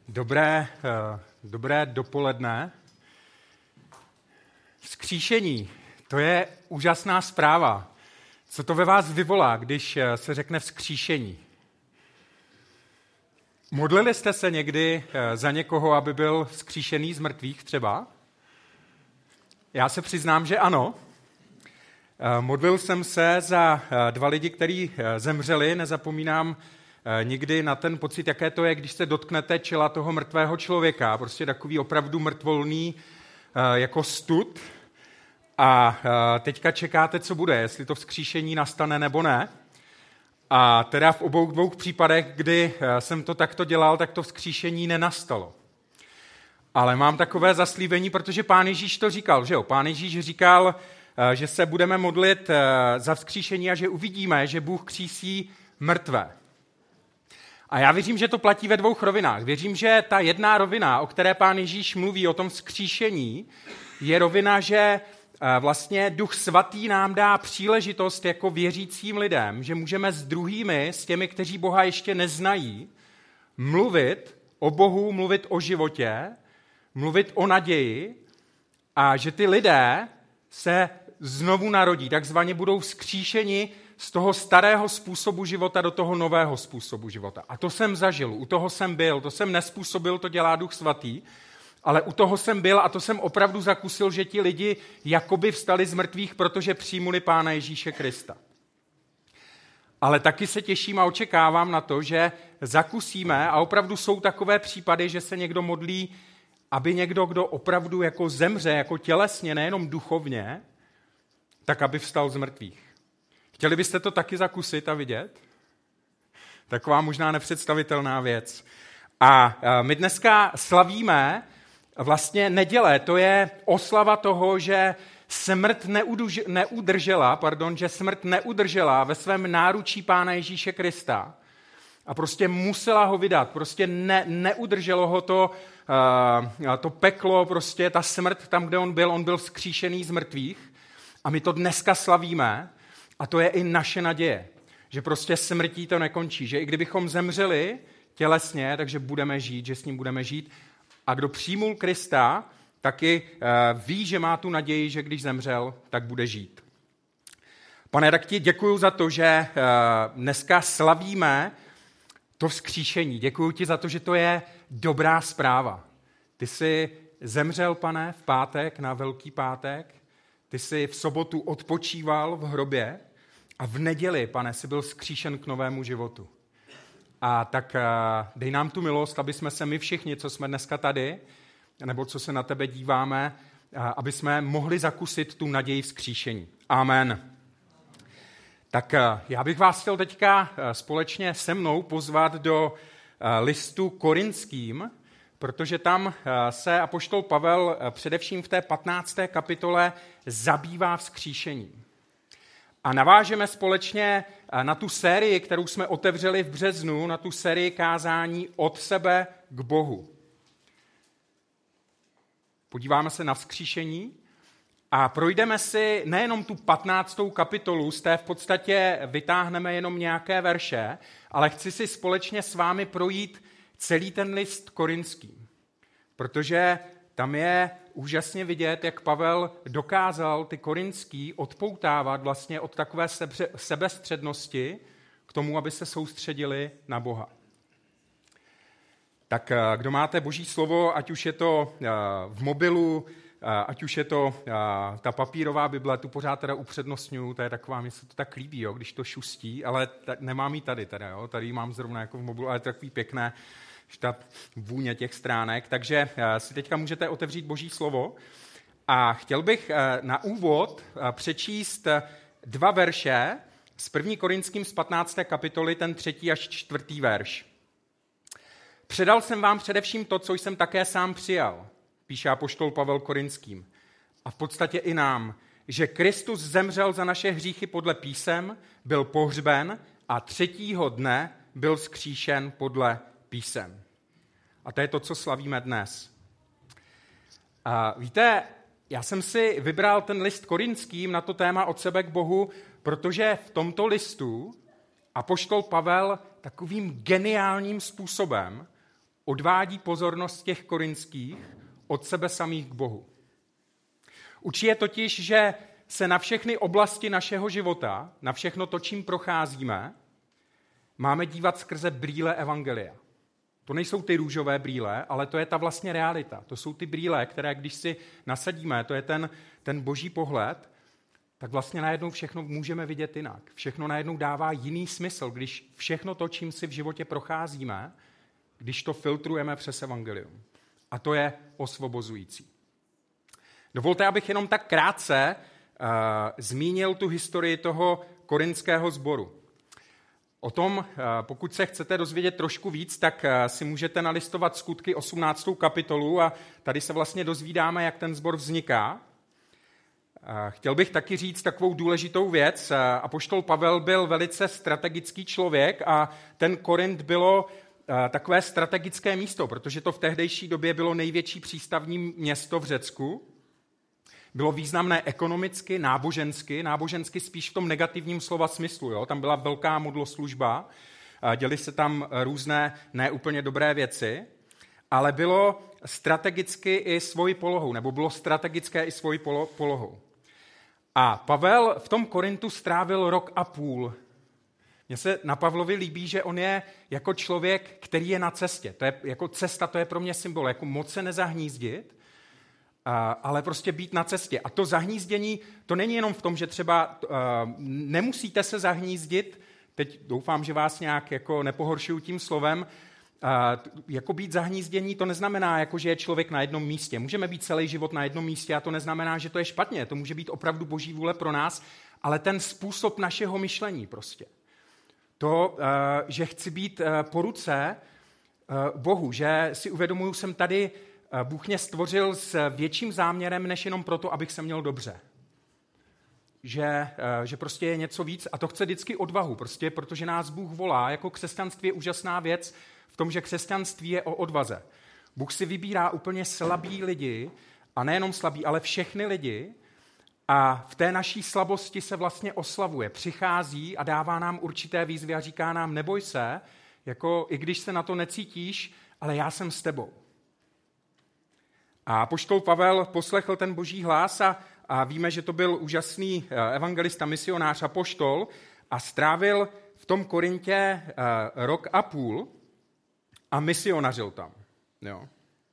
Dobré dopoledne. Vzkříšení, to je úžasná zpráva. Co to ve vás vyvolá, když se řekne vzkříšení? Modlili jste se někdy za někoho, aby byl vzkříšený z mrtvých třeba? Já se přiznám, že ano. Modlil jsem se za 2 lidi, kteří zemřeli. Nezapomínám nikdy na ten pocit, jaké to je, když se dotknete čela toho mrtvého člověka. Prostě takový opravdu mrtvolný jako stud. A teďka čekáte, co bude, jestli to vzkříšení nastane nebo ne. A teda v obou 2 případech, kdy jsem to takto dělal, tak to vzkříšení nenastalo. Ale mám takové zaslíbení, protože Pán Ježíš to říkal, že jo? Pán Ježíš říkal, že se budeme modlit za vzkříšení a že uvidíme, že Bůh křísí mrtvé. A já věřím, že to platí ve 2 rovinách. Věřím, že ta jedna rovina, o které Pán Ježíš mluví, o tom vzkříšení, je rovina, že vlastně Duch Svatý nám dá příležitost jako věřícím lidem, že můžeme s druhými, s těmi, kteří Boha ještě neznají, mluvit o Bohu, mluvit o životě, mluvit o naději a že ty lidé se znovu narodí, takzvaně budou vzkříšeni z toho starého způsobu života do toho nového způsobu života. A to jsem zažil, u toho jsem byl, to jsem nezpůsobil, to dělá Duch Svatý, ale u toho jsem byl a to jsem opravdu zakusil, že ti lidi jakoby vstali z mrtvých, protože přijmuli Pána Ježíše Krista. Ale taky se těším a očekávám na to, že zakusíme, a opravdu jsou takové případy, že se někdo modlí, aby někdo, kdo opravdu jako zemře, jako tělesně, nejenom duchovně, tak aby vstal z mrtvých. Chtěli byste to taky zakusit a vidět? Taková možná nepředstavitelná věc. A my dneska slavíme vlastně neděle, to je oslava toho, že smrt neudržela ve svém náručí Pána Ježíše Krista a prostě musela ho vydat, prostě neudrželo ho to peklo, prostě ta smrt tam, kde on byl vzkříšený z mrtvých a my to dneska slavíme a to je i naše naděje, že prostě smrtí to nekončí, že i kdybychom zemřeli tělesně, takže budeme žít, že s ním budeme žít. A kdo přijmul Krista, taky ví, že má tu naději, že když zemřel, tak bude žít. Pane, tak ti děkuju za to, že dneska slavíme to vzkříšení. Děkuju ti za to, že to je dobrá zpráva. Ty jsi zemřel, Pane, v pátek, na Velký pátek. Ty jsi v sobotu odpočíval v hrobě a v neděli, Pane, jsi byl vzkříšen k novému životu. A tak dej nám tu milost, aby jsme se my všichni, co jsme dneska tady, nebo co se na tebe díváme, aby jsme mohli zakusit tu naději vzkříšení. Amen. Tak já bych vás chtěl teďka společně se mnou pozvat do listu Korinským, protože tam se apoštol Pavel především v té 15. kapitole zabývá vzkříšením. A navážeme společně na tu sérii, kterou jsme otevřeli v březnu, na tu sérii kázání od sebe k Bohu. Podíváme se na vzkříšení a projdeme si nejenom tu 15. kapitolu, z té v podstatě vytáhneme jenom nějaké verše, ale chci si společně s vámi projít celý ten list Korinským, protože tam je úžasně vidět, jak Pavel dokázal ty korinský odpoutávat vlastně od takové sebestřednosti k tomu, aby se soustředili na Boha. Tak kdo máte Boží slovo, ať už je to v mobilu, ať už je to ta papírová Bible, tu pořád teda upřednostňuju, to je taková, mně se to tak líbí, jo, když to šustí, ale nemám ji tady teda, jo, tady ji mám zrovna jako v mobilu, ale je to takový pěkné, ta vůně těch stránek, takže si teďka můžete otevřít Boží slovo a chtěl bych na úvod přečíst 2 verše z 1. Korinským z 15. kapitoly, ten 3. až 4. verš. Předal jsem vám především to, co jsem také sám přijal, píše apoštol Pavel Korinským, a v podstatě i nám, že Kristus zemřel za naše hříchy podle písem, byl pohřben a 3. dne byl vzkříšen podle písem. A to je to, co slavíme dnes. A víte, já jsem si vybral ten list Korinským na to téma od sebe k Bohu, protože v tomto listu apoštol Pavel takovým geniálním způsobem odvádí pozornost těch korinských od sebe samých k Bohu. Učí je totiž, že se na všechny oblasti našeho života, na všechno to, čím procházíme, máme dívat skrze brýle evangelia. To nejsou ty růžové brýle, ale to je ta vlastně realita. To jsou ty brýle, které když si nasadíme, to je ten boží pohled, tak vlastně najednou všechno můžeme vidět jinak. Všechno najednou dává jiný smysl, když všechno to, čím si v životě procházíme, když to filtrujeme přes evangelium. A to je osvobozující. Dovolte, abych jenom tak krátce zmínil tu historii toho korinského sboru. O tom, pokud se chcete dozvědět trošku víc, tak si můžete nalistovat Skutky 18. kapitolu a tady se vlastně dozvídáme, jak ten sbor vzniká. Chtěl bych taky říct takovou důležitou věc. Apoštol Pavel byl velice strategický člověk a ten Korint bylo takové strategické místo, protože to v tehdejší době bylo největší přístavní město v Řecku. Bylo významné ekonomicky, nábožensky spíš v tom negativním slova smyslu. Jo? Tam byla velká modloslužba, děly se tam různé neúplně dobré věci, ale bylo strategicky i svojí polohou, nebo bylo strategické i svojí polohou. A Pavel v tom Korintu strávil 1,5 roku. Mně se na Pavlovi líbí, že on je jako člověk, který je na cestě. To je, jako cesta, to je pro mě symbol, jako moc se nezahnízdit, ale prostě být na cestě. A to zahnízdění, to není jenom v tom, že třeba nemusíte se zahnízdit, teď doufám, že vás nějak jako nepohoršuju tím slovem, jako být zahnízdění, to neznamená, jako, že je člověk na jednom místě. Můžeme být celý život na jednom místě a to neznamená, že to je špatně. To může být opravdu boží vůle pro nás, ale ten způsob našeho myšlení prostě. To, že chci být po ruce Bohu, že si uvědomuju, jsem tady, Bůh mě stvořil s větším záměrem, než jenom proto, abych se měl dobře. Že prostě je něco víc a to chce vždycky odvahu, prostě, protože nás Bůh volá. Jako křesťanství je úžasná věc v tom, že křesťanství je o odvaze. Bůh si vybírá úplně slabý lidi a nejenom slabý, ale všechny lidi a v té naší slabosti se vlastně oslavuje. Přichází a dává nám určité výzvy a říká nám, neboj se, jako i když se na to necítíš, ale já jsem s tebou. A apoštol Pavel poslechl ten boží hlas a víme, že to byl úžasný evangelista, misionář, apoštol a strávil v tom Korintě 1,5 roku a misionařil tam. Jo.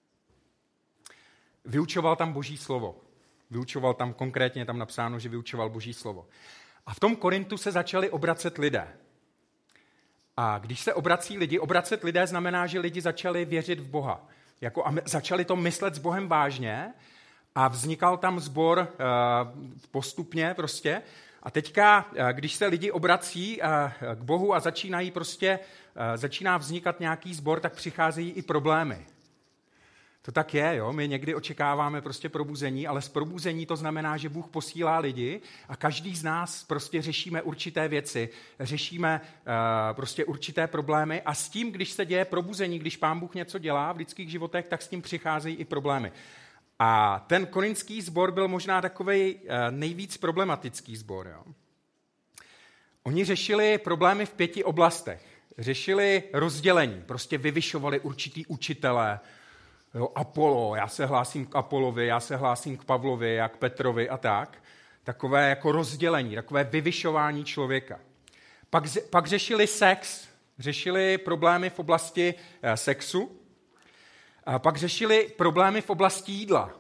Vyučoval tam boží slovo. Vyučoval tam, konkrétně tam napsáno, že vyučoval boží slovo. A v tom Korintu se začali obracet lidé. A když se obrací lidi, obracet lidé znamená, že lidi začali věřit v Boha. Jako, a začali to myslet s Bohem vážně a vznikal tam sbor postupně prostě. A teďka, když se lidi obrací k Bohu a začíná vznikat nějaký sbor, tak přicházejí i problémy. To tak je, jo? My někdy očekáváme prostě probuzení, ale z probuzení to znamená, že Bůh posílá lidi a každý z nás prostě řešíme určité věci, řešíme prostě určité problémy a s tím, když se děje probuzení, když Pán Bůh něco dělá v lidských životech, tak s tím přicházejí i problémy. A ten korinský sbor byl možná takovej nejvíc problematický sbor. Jo? Oni řešili problémy v 5 oblastech. Řešili rozdělení, prostě vyvyšovali určitý učitelé, jo, Apollo, já se hlásím k Apolovi, já se hlásím k Pavlovi a k Petrovi a tak. Takové jako rozdělení, takové vyvyšování člověka. Pak řešili sex, řešili problémy v oblasti sexu. Pak řešili problémy v oblasti jídla.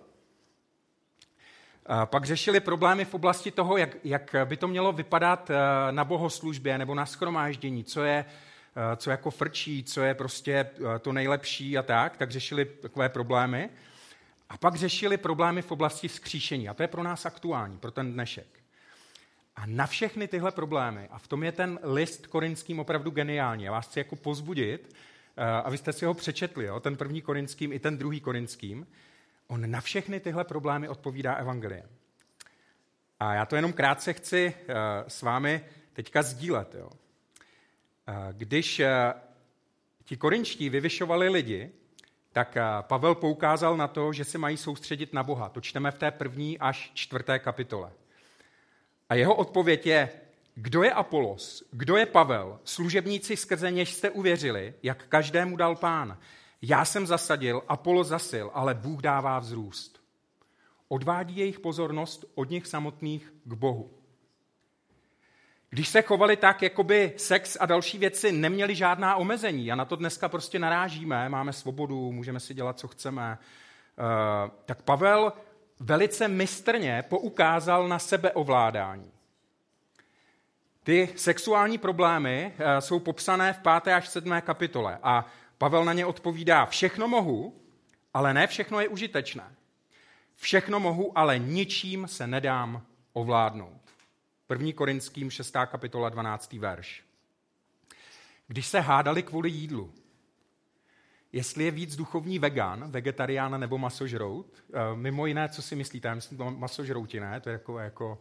Pak řešili problémy v oblasti toho, jak by to mělo vypadat na bohoslužbě nebo na shromáždění, co jako frčí, co je prostě to nejlepší a tak řešili takové problémy. A pak řešili problémy v oblasti vzkříšení. A to je pro nás aktuální, pro ten dnešek. A na všechny tyhle problémy, a v tom je ten list korinským opravdu geniální. Já vás chci jako pozbudit, abyste si ho přečetli, jo? Ten 1. Korinským i ten 2. Korinským. On na všechny tyhle problémy odpovídá evangeliem. A já to jenom krátce chci s vámi teďka sdílet. Jo? Když ti korinští vyvyšovali lidi, tak Pavel poukázal na to, že se mají soustředit na Boha. To čteme v té 1. až 4. kapitole. A jeho odpověď je, kdo je Apolos, kdo je Pavel, služebníci, skrze něž jste uvěřili, jak každému dal Pán. Já jsem zasadil, Apollo zasil, ale Bůh dává vzrůst. Odvádí jejich pozornost od nich samotných k Bohu. Když se chovali tak, jako by sex a další věci neměly žádná omezení, a na to dneska prostě narážíme, máme svobodu, můžeme si dělat, co chceme, tak Pavel velice mistrně poukázal na sebeovládání. Ty sexuální problémy jsou popsané v 5. až 7. kapitole a Pavel na ně odpovídá: všechno mohu, ale ne všechno je užitečné. Všechno mohu, ale ničím se nedám ovládnout. 1. Korinským 6. kapitola 12. verš. Když se hádali kvůli jídlu, jestli je víc duchovní vegan, vegetarián nebo masožrout, mimo jiné, co si myslíte? Já myslím, to masožrouti, ne? To je jako...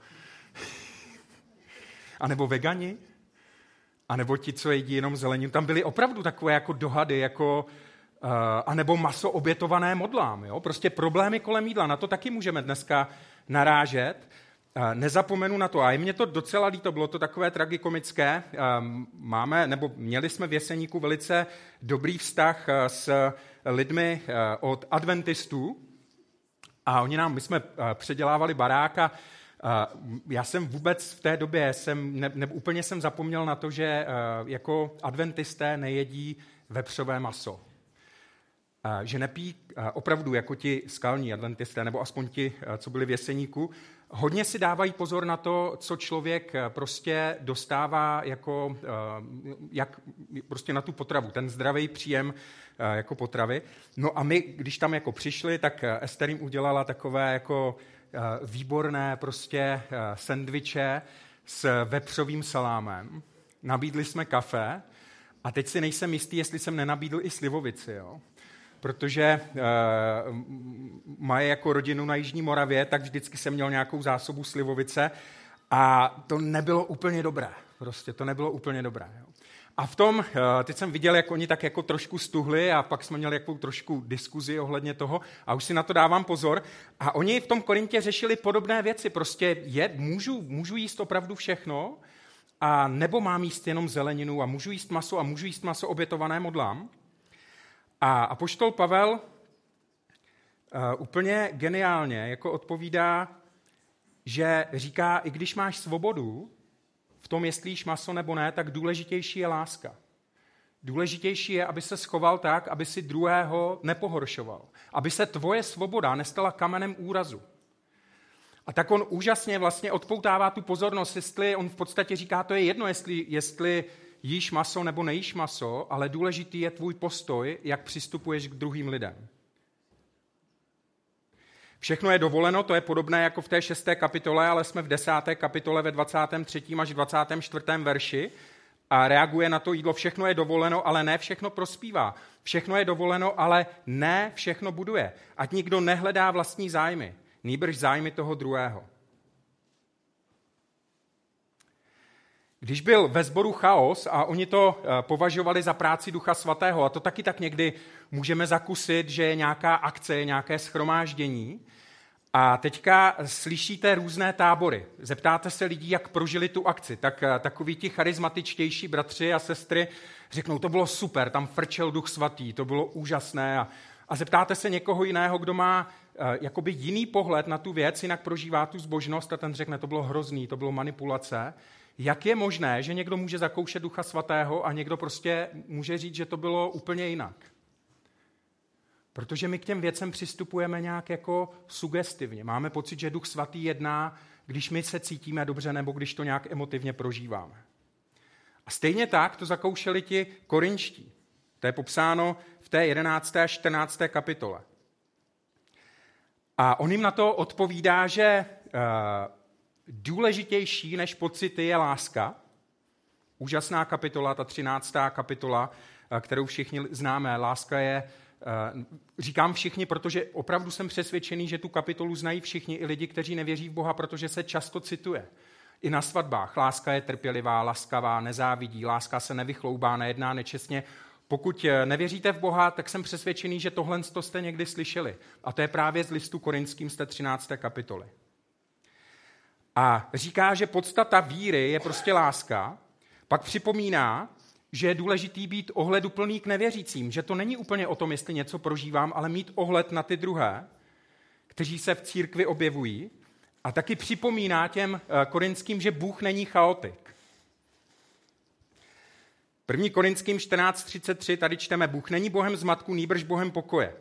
A nebo vegani? A nebo ti, co jedí jenom zeleninu? Tam byly opravdu takové jako dohady, jako... A nebo maso obětované modlám. Jo? Prostě problémy kolem jídla, na to taky můžeme dneska narážet. Nezapomenu na to. A mě to docela líto, bylo to takové tragikomické. Měli jsme v Jeseníku velice dobrý vztah s lidmi od adventistů a my jsme předělávali barák a já jsem vůbec v té době, úplně jsem zapomněl na to, že jako adventisté nejedí vepřové maso. Že nepí opravdu jako ti skalní adventisté, nebo aspoň ti, co byli v Jeseníku, hodně si dávají pozor na to, co člověk prostě dostává jak prostě na tu potravu, ten zdravý příjem jako potravy. No a my, když tam jako přišli, tak Ester jim udělala takové jako výborné prostě sendviče s vepřovým salámem. Nabídli jsme kafe a teď si nejsem jistý, jestli jsem nenabídl i slivovici, jo. Protože mají jako rodinu na Jižní Moravě, tak vždycky jsem měl nějakou zásobu slivovice a to nebylo úplně dobré. Prostě to nebylo úplně dobré. Jo. A v tom, teď jsem viděl, jak oni tak jako trošku stuhli a pak jsme měli jako trošku diskuzi ohledně toho a už si na to dávám pozor. A oni v tom Korintě řešili podobné věci. Prostě můžu jíst opravdu všechno a nebo mám jíst jenom zeleninu a můžu jíst maso obětované modlám. A apoštol Pavel úplně geniálně jako odpovídá, že říká, i když máš svobodu v tom, jestli jíš maso nebo ne, tak důležitější je láska. Důležitější je, aby se schoval tak, aby si druhého nepohoršoval. Aby se tvoje svoboda nestala kamenem úrazu. A tak on úžasně vlastně odpoutává tu pozornost, jestli on v podstatě říká, to je jedno, jestli jíš maso nebo nejíš maso, ale důležitý je tvůj postoj, jak přistupuješ k druhým lidem. Všechno je dovoleno, to je podobné jako v té 6. kapitole, ale jsme v 10. kapitole ve 23. až 24. verši a reaguje na to jídlo. Všechno je dovoleno, ale ne všechno prospívá. Všechno je dovoleno, ale ne všechno buduje. Ať nikdo nehledá vlastní zájmy, nýbrž zájmy toho druhého. Když byl ve sboru chaos a oni to považovali za práci Ducha Svatého, a to taky tak někdy můžeme zakusit, že je nějaká akce, je nějaké shromáždění, a teďka slyšíte různé tábory. Zeptáte se lidí, jak prožili tu akci. Tak takoví ti charismatičtější bratři a sestry řeknou, to bylo super, tam frčel Duch Svatý, to bylo úžasné. A zeptáte se někoho jiného, kdo má jakoby jiný pohled na tu věc, jinak prožívá tu zbožnost a ten řekne, to bylo hrozný, to bylo manipulace. Jak je možné, že někdo může zakoušet Ducha Svatého a někdo prostě může říct, že to bylo úplně jinak? Protože my k těm věcem přistupujeme nějak jako sugestivně. Máme pocit, že Duch Svatý jedná, když my se cítíme dobře nebo když to nějak emotivně prožíváme. A stejně tak to zakoušeli ti korinští. To je popsáno v té 11. a 14. kapitole. A on jim na to odpovídá, že důležitější než pocity je láska. Úžasná kapitola, ta 13. kapitola, kterou všichni známe. Láska je, říkám všichni, protože opravdu jsem přesvědčený, že tu kapitolu znají všichni, i lidi, kteří nevěří v Boha, protože se často cituje. I na svatbách. Láska je trpělivá, laskavá, nezávidí, láska se nevychloubá, nejedná nečestně. Pokud nevěříte v Boha, tak jsem přesvědčený, že tohle jste někdy slyšeli. A to je právě z listu Korinským z té 13. kapitoly. A říká, že podstata víry je prostě láska, pak připomíná, že je důležitý být ohleduplný k nevěřícím, že to není úplně o tom, jestli něco prožívám, ale mít ohled na ty druhé, kteří se v církvi objevují, a taky připomíná těm Korinským, že Bůh není chaotik. 1. Korinským 14:33 tady čteme, Bůh není Bohem zmatku, nýbrž Bohem pokoje.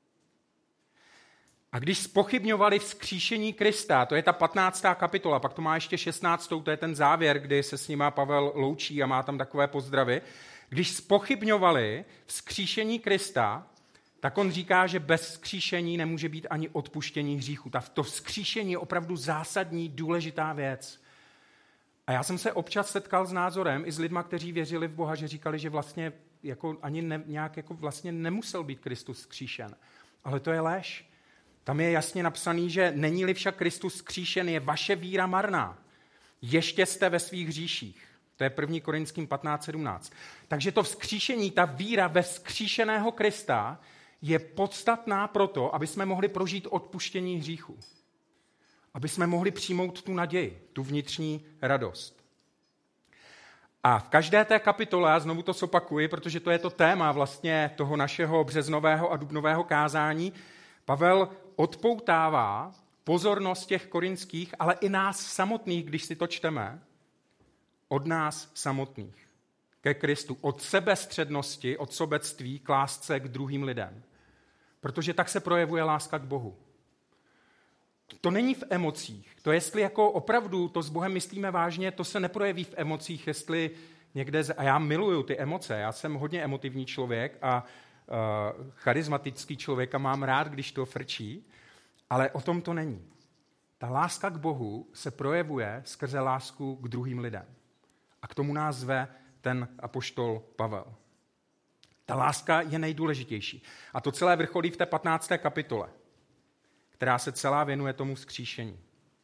A když zpochybňovali vzkříšení Krista, to je ta 15. kapitola, pak to má ještě 16. to je ten závěr, kdy se s nima Pavel loučí a má tam takové pozdravy. Když zpochybňovali vzkříšení Krista, tak on říká, že bez vzkříšení nemůže být ani odpuštění hříchu. To vzkříšení je opravdu zásadní, důležitá věc. A já jsem se občas setkal s názorem i s lidma, kteří věřili v Boha, že říkali, že vlastně jako ani nějak jako vlastně nemusel být Kristus vzkříšen. Ale to je lež. Tam je jasně napsaný, že není-li však Kristus vzkříšen, je vaše víra marná. Ještě jste ve svých hříších. To je 1. Korinským 15:17. Takže to vzkříšení, ta víra ve vzkříšeného Krista je podstatná proto, aby jsme mohli prožít odpuštění hříchu. Aby jsme mohli přijmout tu naději, tu vnitřní radost. A v každé té kapitole, a znovu to zopakuji, protože to je to téma vlastně toho našeho březnového a dubnového kázání, Pavel odpoutává pozornost těch korinských, ale i nás samotných, když si to čteme, od nás samotných ke Kristu, od sebestřednosti, od sobectví k lásce k druhým lidem. Protože tak se projevuje láska k Bohu. To není v emocích. To jestli jako opravdu to s Bohem myslíme vážně, to se neprojeví v emocích, jestli někde... A já miluju ty emoce, já jsem hodně emotivní člověk a charismatický člověk a mám rád, když to frčí, ale o tom to není. Ta láska k Bohu se projevuje skrze lásku k druhým lidem. A k tomu nás zve ten apoštol Pavel. Ta láska je nejdůležitější. A to celé vrcholí v té 15. kapitole, která se celá věnuje tomu vzkříšení.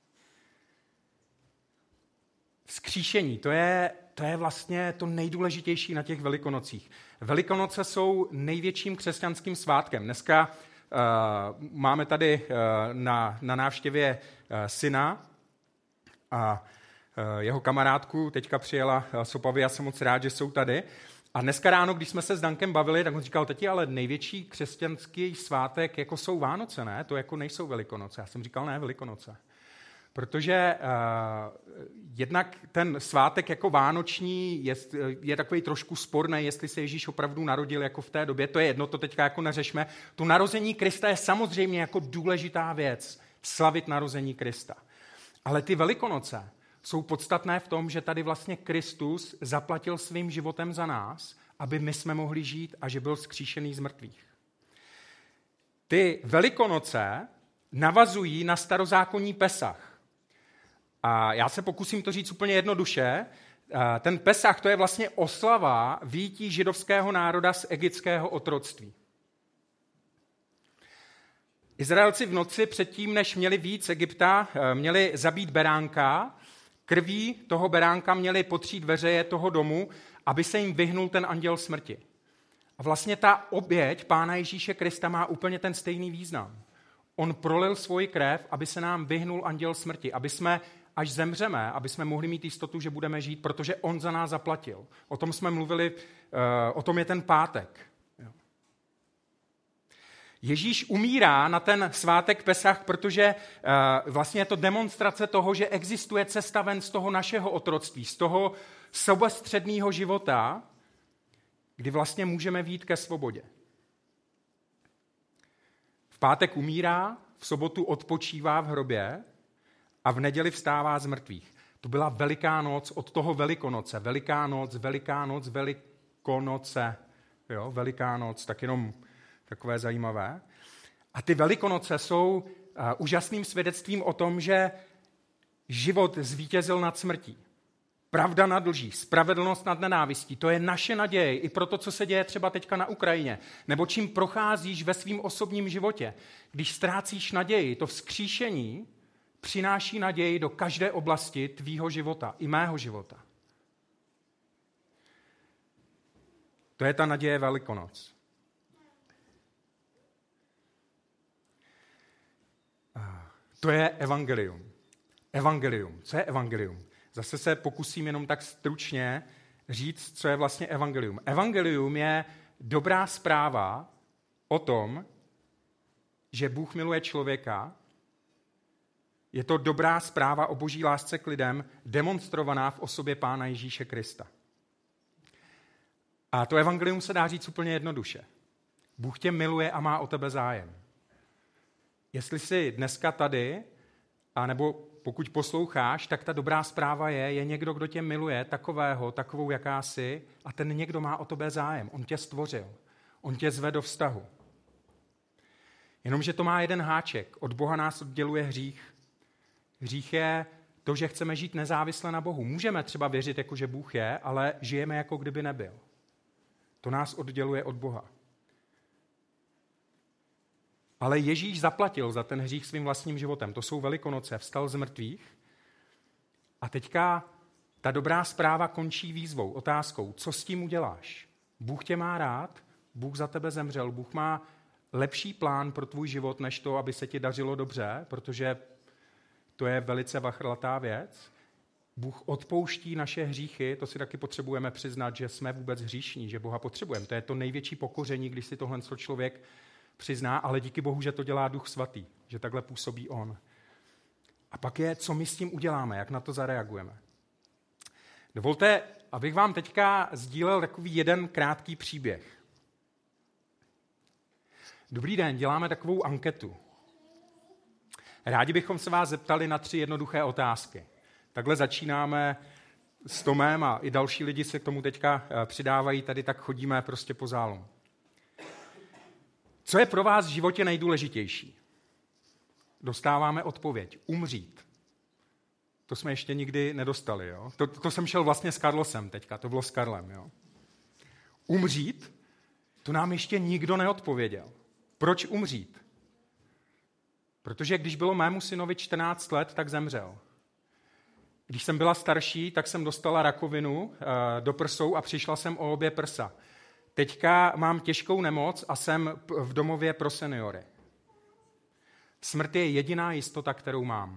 Vzkříšení, to je vlastně to nejdůležitější na těch Velikonocích. Velikonoce jsou největším křesťanským svátkem. Dneska máme tady na návštěvě syna a jeho kamarádku, teďka přijela z Opavy, já jsem moc rád, že jsou tady. A dneska ráno, když jsme se s Dankem bavili, tak on říkal, teti, ale největší křesťanský svátek jako jsou Vánoce, ne? To jako nejsou Velikonoce. Já jsem říkal, ne, Velikonoce. Protože jednak ten svátek jako vánoční je takový trošku sporný, jestli se Ježíš opravdu narodil jako v té době, to je jedno, to teďka jako neřešme. To narození Krista je samozřejmě jako důležitá věc, slavit narození Krista. Ale ty Velikonoce jsou podstatné v tom, že tady vlastně Kristus zaplatil svým životem za nás, aby my jsme mohli žít a že byl vzkříšený z mrtvých. Ty Velikonoce navazují na starozákonní Pesach. A já se pokusím to říct úplně jednoduše. Ten Pesach, to je vlastně oslava vyjití židovského národa z egyptského otroctví. Izraelci v noci předtím, než měli vyjít z Egypta, měli zabít beránka, krví toho beránka měli potřít veřeje toho domu, aby se jim vyhnul ten anděl smrti. A vlastně ta oběť Pána Ježíše Krista má úplně ten stejný význam. On prolil svoji krev, aby se nám vyhnul anděl smrti, aby jsme, až zemřeme, aby jsme mohli mít jistotu, že budeme žít, protože on za nás zaplatil. O tom jsme mluvili, o tom je ten pátek. Ježíš umírá na ten svátek Pesach, protože vlastně je to demonstrace toho, že existuje cesta ven z toho našeho otroctví, z toho sobostředného života, kdy vlastně můžeme vyjít ke svobodě. V pátek umírá, v sobotu odpočívá v hrobě a v neděli vstává z mrtvých. To byla Veliká noc od toho Velikonoce. Veliká noc, Velikonoce. Jo, Veliká noc, tak jenom takové zajímavé. A ty Velikonoce jsou úžasným svědectvím o tom, že život zvítězil nad smrtí. Pravda nad lží, spravedlnost nad nenávistí. To je naše naděje i pro to, co se děje třeba teďka na Ukrajině. Nebo čím procházíš ve svém osobním životě. Když ztrácíš naději, to vzkříšení přináší naději do každé oblasti tvýho života, i mého života. To je ta naděje Velikonoc. To je evangelium. Evangelium. Co je evangelium? Zase se pokusím jenom tak stručně. říct, co je vlastně evangelium. Evangelium je dobrá zpráva o tom, že Bůh miluje člověka. Je to dobrá zpráva o boží lásce k lidem, demonstrovaná v osobě Pána Ježíše Krista. A to evangelium se dá říct úplně jednoduše. Bůh tě miluje a má o tebe zájem. Jestli jsi dneska tady, anebo pokud posloucháš, tak ta dobrá zpráva je někdo, kdo tě miluje, takovou, jaká jsi, a ten někdo má o tebe zájem. On tě stvořil. On tě zve do vztahu. Jenomže to má jeden háček. Od Boha nás odděluje hřích. Hřích je to, že chceme žít nezávisle na Bohu. Můžeme třeba věřit, jako že Bůh je, ale žijeme, jako kdyby nebyl. To nás odděluje od Boha. Ale Ježíš zaplatil za ten hřích svým vlastním životem. To jsou Velikonoce, vstal z mrtvých. A teďka ta dobrá zpráva končí výzvou, otázkou, co s tím uděláš? Bůh tě má rád, Bůh za tebe zemřel, Bůh má lepší plán pro tvůj život, než to, aby se ti dařilo dobře, protože to je velice vachrlatá věc. Bůh odpouští naše hříchy, to si taky potřebujeme přiznat, že jsme vůbec hříšní, že Boha potřebujeme. To je to největší pokoření, když si tohle člověk přizná, ale díky Bohu, že to dělá Duch Svatý, že takhle působí on. A pak je, co my s tím uděláme, jak na to zareagujeme. Dovolte, abych vám teďka sdílel takový jeden krátký příběh. Dobrý den, děláme takovou anketu. Rádi bychom se vás zeptali na 3 jednoduché otázky. Takhle začínáme s Tomem a i další lidi se k tomu teďka přidávají, tady tak chodíme prostě po zálu. Co je pro vás v životě nejdůležitější? Dostáváme odpověď. Umřít. To jsme ještě nikdy nedostali. Jo? To jsem šel vlastně s Carlosem teďka, to bylo s Karlem. Jo? Umřít? To nám ještě nikdo neodpověděl. Proč umřít? Protože když bylo mému synovi 14 let, tak zemřel. Když jsem byla starší, tak jsem dostala rakovinu do prsou a přišla jsem o obě prsa. Teďka mám těžkou nemoc a jsem v domově pro seniory. Smrt je jediná jistota, kterou mám.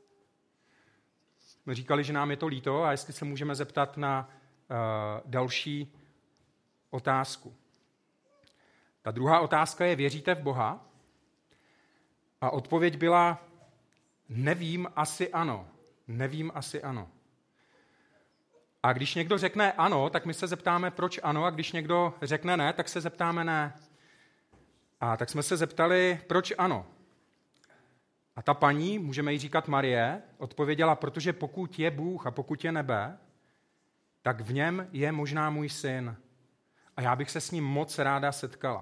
My říkali, že nám je to líto a jestli se můžeme zeptat na další otázku. Ta druhá otázka je, věříte v Boha? A odpověď byla, nevím, asi ano. Nevím, asi ano. A když někdo řekne ano, tak my se zeptáme, proč ano, a když někdo řekne ne, tak se zeptáme ne. A tak jsme se zeptali, proč ano. A ta paní, můžeme jí říkat Marie, odpověděla, protože pokud je Bůh a pokud je nebe, tak v něm je možná můj syn. A já bych se s ním moc ráda setkala.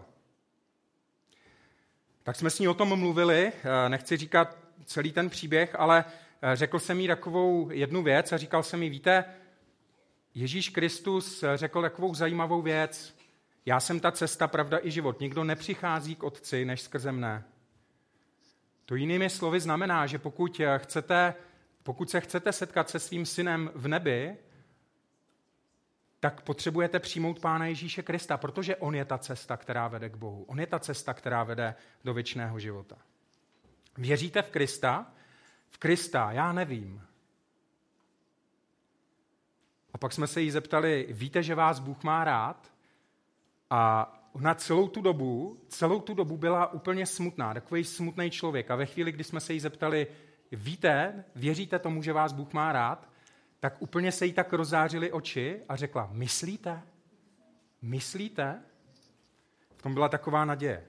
Tak jsme s ní o tom mluvili, nechci říkat celý ten příběh, ale řekl jsem jí takovou jednu věc a říkal jsem jí, víte, Ježíš Kristus řekl takovou zajímavou věc. Já jsem ta cesta, pravda i život. Nikdo nepřichází k Otci, než skrze mne. To jinými slovy znamená, že pokud se chcete setkat se svým synem v nebi, tak potřebujete přijmout Pána Ježíše Krista, protože on je ta cesta, která vede k Bohu. On je ta cesta, která vede do věčného života. Věříte v Krista? V Krista, já nevím. A pak jsme se jí zeptali, víte, že vás Bůh má rád? A ona celou tu dobu byla úplně smutná, takový smutný člověk. A ve chvíli, kdy jsme se jí zeptali, víte, věříte tomu, že vás Bůh má rád? Tak úplně se jí tak rozzářily oči a řekla, myslíte? Myslíte? V tom byla taková naděje.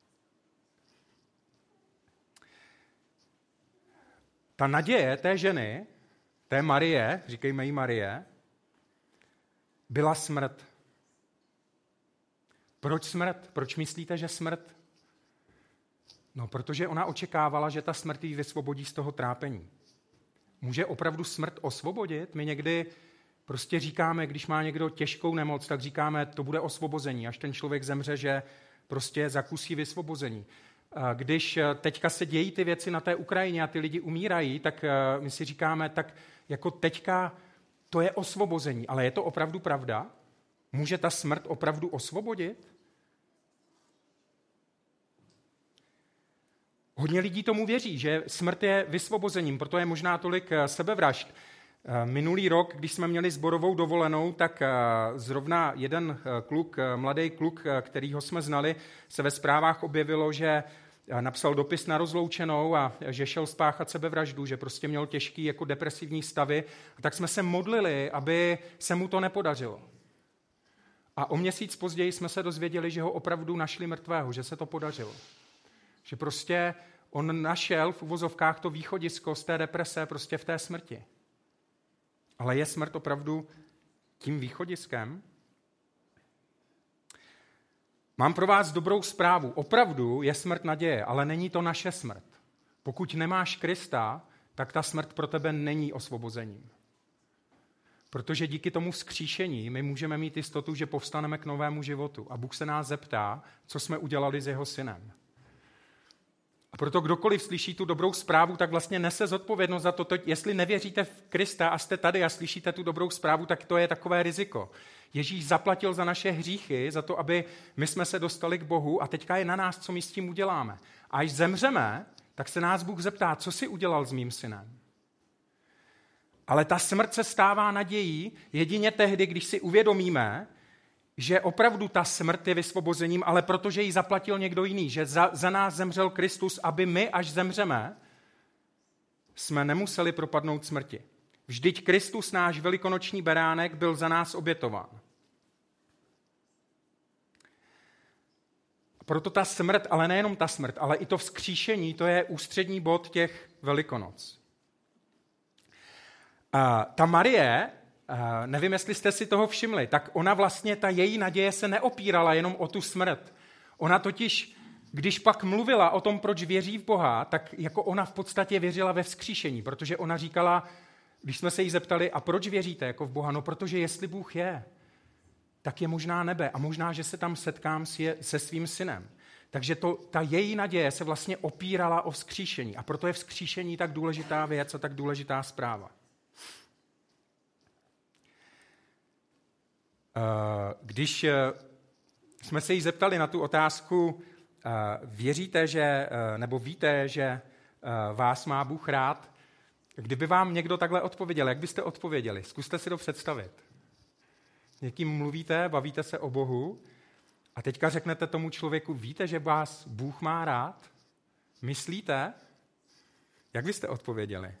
Ta naděje té ženy, té Marie, říkejme jí Marie, byla smrt. Proč smrt? Proč myslíte, že smrt? No, protože ona očekávala, že ta smrt jí vysvobodí z toho trápení. Může opravdu smrt osvobodit? My někdy prostě říkáme, když má někdo těžkou nemoc, tak říkáme, to bude osvobození, až ten člověk zemře, že prostě zakusí vysvobození. Když teďka se dějí ty věci na té Ukrajině a ty lidi umírají, tak my si říkáme, tak jako teďka to je osvobození, ale je to opravdu pravda? Může ta smrt opravdu osvobodit? Hodně lidí tomu věří, že smrt je vysvobozením, proto je možná tolik sebevražd. Minulý rok, když jsme měli sborovou dovolenou, tak zrovna jeden kluk, mladý kluk, kterýho jsme znali, se ve zprávách objevilo, že napsal dopis na rozloučenou a že šel spáchat sebevraždu, že prostě měl těžký jako depresivní stavy. A tak jsme se modlili, aby se mu to nepodařilo. A o měsíc později jsme se dozvěděli, že ho opravdu našli mrtvého, že se to podařilo. Že prostě on našel v uvozovkách to východisko z té deprese prostě v té smrti. Ale je smrt opravdu tím východiskem? Mám pro vás dobrou zprávu. Opravdu je smrt naděje, ale není to naše smrt. Pokud nemáš Krista, tak ta smrt pro tebe není osvobozením. Protože díky tomu vzkříšení my můžeme mít jistotu, že povstaneme k novému životu. A Bůh se nás zeptá, co jsme udělali s jeho synem. A proto kdokoliv slyší tu dobrou zprávu, tak vlastně nese zodpovědnost za to. Jestli nevěříte v Krista a jste tady a slyšíte tu dobrou zprávu, tak to je takové riziko. Ježíš zaplatil za naše hříchy, za to, aby my jsme se dostali k Bohu a teďka je na nás, co my s tím uděláme. A až zemřeme, tak se nás Bůh zeptá, co jsi udělal s mým synem. Ale ta smrt se stává nadějí jedině tehdy, když si uvědomíme, že opravdu ta smrt je vysvobozením, ale protože ji zaplatil někdo jiný, že za nás zemřel Kristus, aby my, až zemřeme, jsme nemuseli propadnout smrti. Vždyť Kristus, náš velikonoční beránek, byl za nás obětován. Proto ta smrt, ale nejenom ta smrt, ale i to vzkříšení, to je ústřední bod těch Velikonoc. Ta Marie, nevím, jestli jste si toho všimli, tak ona vlastně, ta její naděje se neopírala jenom o tu smrt. Ona totiž, když pak mluvila o tom, proč věří v Boha, tak jako ona v podstatě věřila ve vzkříšení, protože ona říkala, když jsme se jí zeptali, a proč věříte jako v Boha? No, protože jestli Bůh je, tak je možná nebe a možná, že se tam setkám se svým synem. Takže ta její naděje se vlastně opírala o vzkříšení a proto je vzkříšení tak důležitá věc a tak důležitá zpráva. Když jsme se jí zeptali na tu otázku, věříte, nebo víte, že vás má Bůh rád, kdyby vám někdo takhle odpověděl, jak byste odpověděli? Zkuste si to představit. Někým mluvíte, bavíte se o Bohu a teďka řeknete tomu člověku, víte, že vás Bůh má rád? Myslíte? Jak byste odpověděli?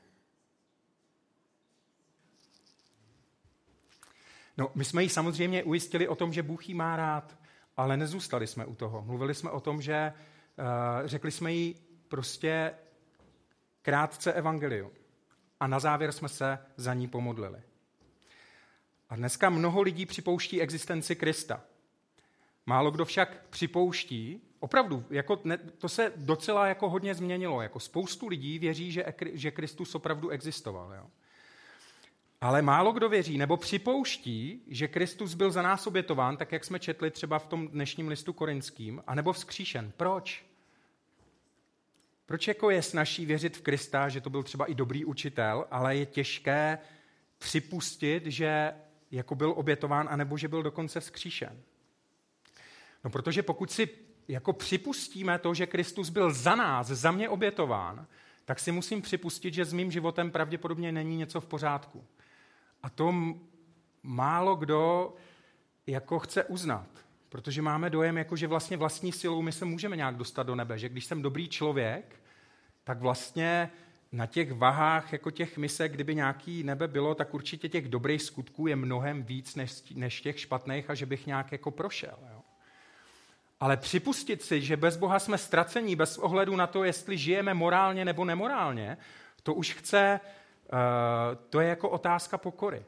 No, my jsme jí samozřejmě ujistili o tom, že Bůh jí má rád, ale nezůstali jsme u toho. Mluvili jsme o tom, že řekli jsme jí prostě krátce evangelium. A na závěr jsme se za ní pomodlili. A dneska mnoho lidí připouští existenci Krista. Málo kdo však připouští, opravdu, to se docela jako hodně změnilo. Jako spoustu lidí věří, že Kristus opravdu existoval. Jo. Ale málo kdo věří nebo připouští, že Kristus byl za nás obětován, tak jak jsme četli třeba v tom dnešním listu korinským, anebo vzkříšen. Proč? Proč jako je snazší věřit v Krista, že to byl třeba i dobrý učitel, ale je těžké připustit, že jako byl obětován, anebo že byl dokonce vzkříšen? No, protože pokud si jako připustíme to, že Kristus byl za nás, za mě obětován, tak si musím připustit, že s mým životem pravděpodobně není něco v pořádku. A to málo kdo jako chce uznat, protože máme dojem, jako že vlastně vlastní silou my se můžeme nějak dostat do nebe, že když jsem dobrý člověk, tak vlastně na těch vahách jako těch misek, kdyby nějaký nebe bylo, tak určitě těch dobrých skutků je mnohem víc než těch špatných a že bych nějak jako prošel. Jo. Ale připustit si, že bez Boha jsme ztracení, bez ohledu na to, jestli žijeme morálně nebo nemorálně, to už chce, to je jako otázka pokory.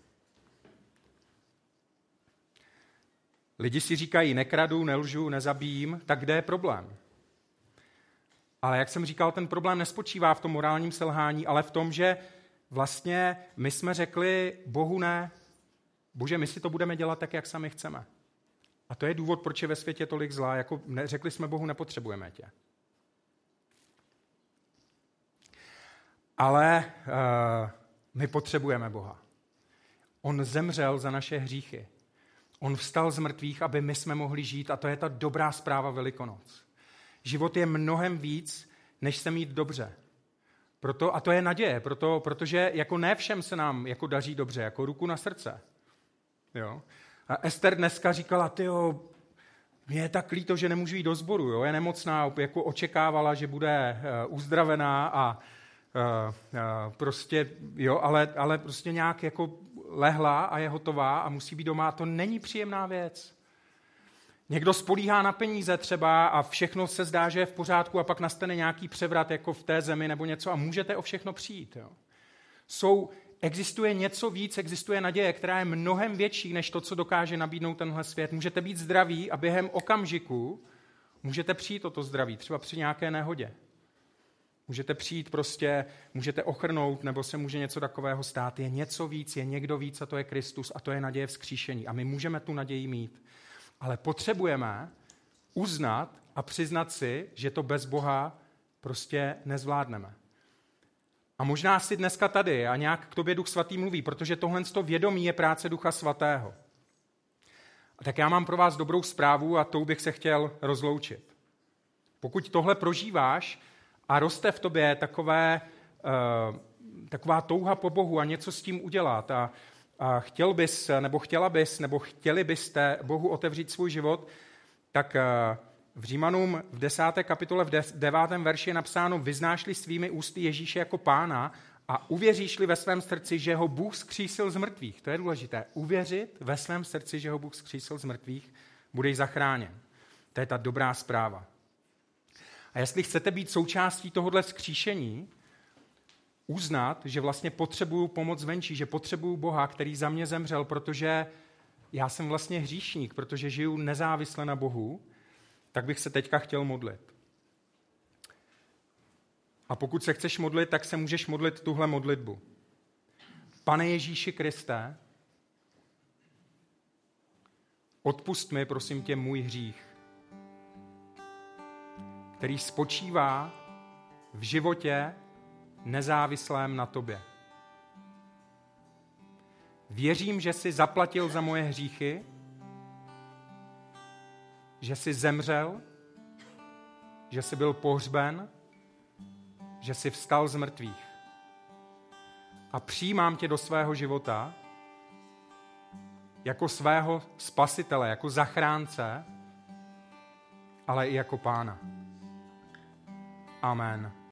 Lidi si říkají, nekradu, nelžu, nezabijím, tak kde je problém? Ale jak jsem říkal, ten problém nespočívá v tom morálním selhání, ale v tom, že vlastně my jsme řekli Bohu ne, Bože, my si to budeme dělat tak, jak sami chceme. A to je důvod, proč je ve světě tolik zla. Jako řekli jsme Bohu, nepotřebujeme tě. Ale my potřebujeme Boha. On zemřel za naše hříchy. On vstal z mrtvých, aby my jsme mohli žít a to je ta dobrá zpráva Velikonoc. Život je mnohem víc, než se mít dobře. A to je naděje, protože jako ne všem se nám jako daří dobře, jako ruku na srdce. Jo? A Ester dneska říkala, tyjo, mně je tak líto, že nemůžu jít do sboru, jo? Je nemocná, jako očekávala, že bude uzdravená a prostě, jo, ale prostě nějak jako lehla a je hotová a musí být doma. To není příjemná věc. Někdo spolíhá na peníze třeba a všechno se zdá, že je v pořádku a pak nastane nějaký převrat jako v té zemi nebo něco a můžete o všechno přijít. Jo? Existuje něco víc, existuje naděje, která je mnohem větší, než to, co dokáže nabídnout tenhle svět. Můžete být zdraví a během okamžiku můžete přijít o to zdraví, třeba při nějaké nehodě. Můžete přijít prostě, můžete ochrnout, nebo se může něco takového stát. Je něco víc, je někdo víc a to je Kristus a to je naděje vzkříšení. A my můžeme tu naději mít. Ale potřebujeme uznat a přiznat si, že to bez Boha prostě nezvládneme. A možná si dneska tady a nějak k tobě Duch Svatý mluví, protože tohle vědomí je práce Ducha Svatého. A tak já mám pro vás dobrou zprávu a tou bych se chtěl rozloučit. Pokud tohle prožíváš a roste v tobě taková touha po Bohu a něco s tím udělat a chtěl bys, nebo chtěla bys, nebo chtěli byste Bohu otevřít svůj život, tak v Římanům v 10. kapitole v 9. verši je napsáno: vyznáš-li svými ústy Ježíše jako Pána a uvěříš-li ve svém srdci, že ho Bůh vzkřísil z mrtvých. To je důležité. Uvěřit ve svém srdci, že ho Bůh vzkřísil z mrtvých, budeš zachráněn. To je ta dobrá zpráva. A jestli chcete být součástí tohohle vzkříšení, uznat, že vlastně potřebuju pomoc venčí, že potřebuju Boha, který za mě zemřel, protože já jsem vlastně hříšník, protože žiju nezávisle na Bohu, tak bych se teďka chtěl modlit. A pokud se chceš modlit, tak se můžeš modlit tuhle modlitbu. Pane Ježíši Kriste, odpusť mi, prosím tě, můj hřích, který spočívá v životě nezávislém na tobě. Věřím, že jsi zaplatil za moje hříchy, že jsi zemřel, že jsi byl pohřben, že jsi vstal z mrtvých. A přijímám tě do svého života jako svého spasitele, jako zachránce, ale i jako Pána. Amen.